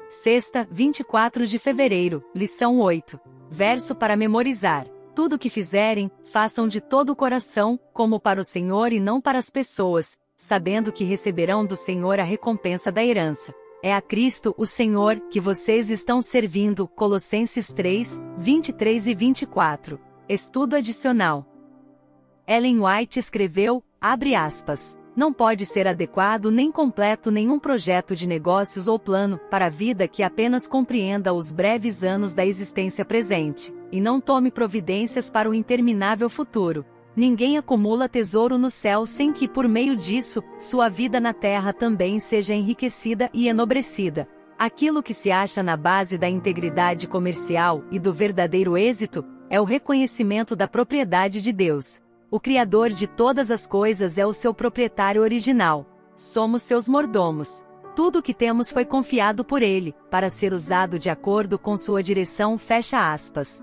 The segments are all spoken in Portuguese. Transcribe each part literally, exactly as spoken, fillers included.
Sexta, vinte e quatro de fevereiro, lição oito. Verso para memorizar. Tudo o que fizerem, façam de todo o coração, como para o Senhor e não para as pessoas, sabendo que receberão do Senhor a recompensa da herança. É a Cristo, o Senhor, que vocês estão servindo. Colossenses três, vinte e três e vinte e quatro. Estudo adicional. Ellen White escreveu, abre aspas, não pode ser adequado nem completo nenhum projeto de negócios ou plano para a vida que apenas compreenda os breves anos da existência presente, e não tome providências para o interminável futuro. Ninguém acumula tesouro no céu sem que, por meio disso, sua vida na terra também seja enriquecida e enobrecida. Aquilo que se acha na base da integridade comercial e do verdadeiro êxito é o reconhecimento da propriedade de Deus. O Criador de todas as coisas é o seu proprietário original. Somos seus mordomos. Tudo o que temos foi confiado por Ele, para ser usado de acordo com sua direção. Fecha aspas.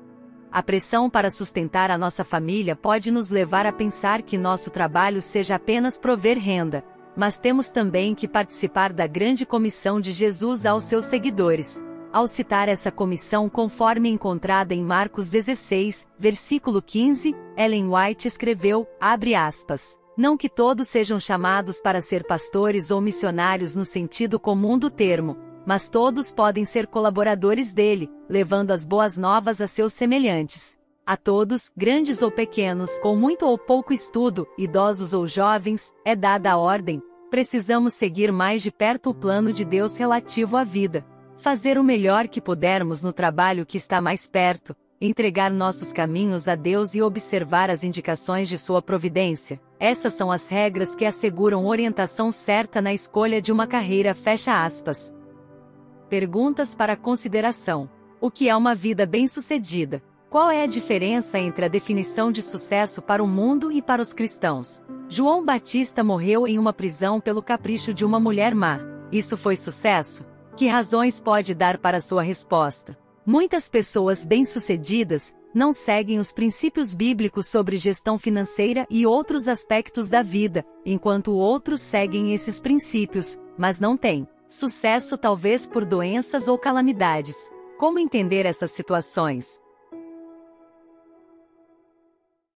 A pressão para sustentar a nossa família pode nos levar a pensar que nosso trabalho seja apenas prover renda. Mas temos também que participar da grande comissão de Jesus aos seus seguidores. Ao citar essa comissão conforme encontrada em Marcos dezesseis, versículo quinze, Ellen White escreveu, abre aspas, não que todos sejam chamados para ser pastores ou missionários no sentido comum do termo, mas todos podem ser colaboradores dele, levando as boas novas a seus semelhantes. A todos, grandes ou pequenos, com muito ou pouco estudo, idosos ou jovens, é dada a ordem, precisamos seguir mais de perto o plano de Deus relativo à vida. Fazer o melhor que pudermos no trabalho que está mais perto, entregar nossos caminhos a Deus e observar as indicações de sua providência. Essas são as regras que asseguram orientação certa na escolha de uma carreira. Fecha aspas. Perguntas para consideração. O que é uma vida bem-sucedida? Qual é a diferença entre a definição de sucesso para o mundo e para os cristãos? João Batista morreu em uma prisão pelo capricho de uma mulher má. Isso foi sucesso? Que razões pode dar para sua resposta? Muitas pessoas bem-sucedidas não seguem os princípios bíblicos sobre gestão financeira e outros aspectos da vida, enquanto outros seguem esses princípios, mas não têm sucesso talvez por doenças ou calamidades. Como entender essas situações?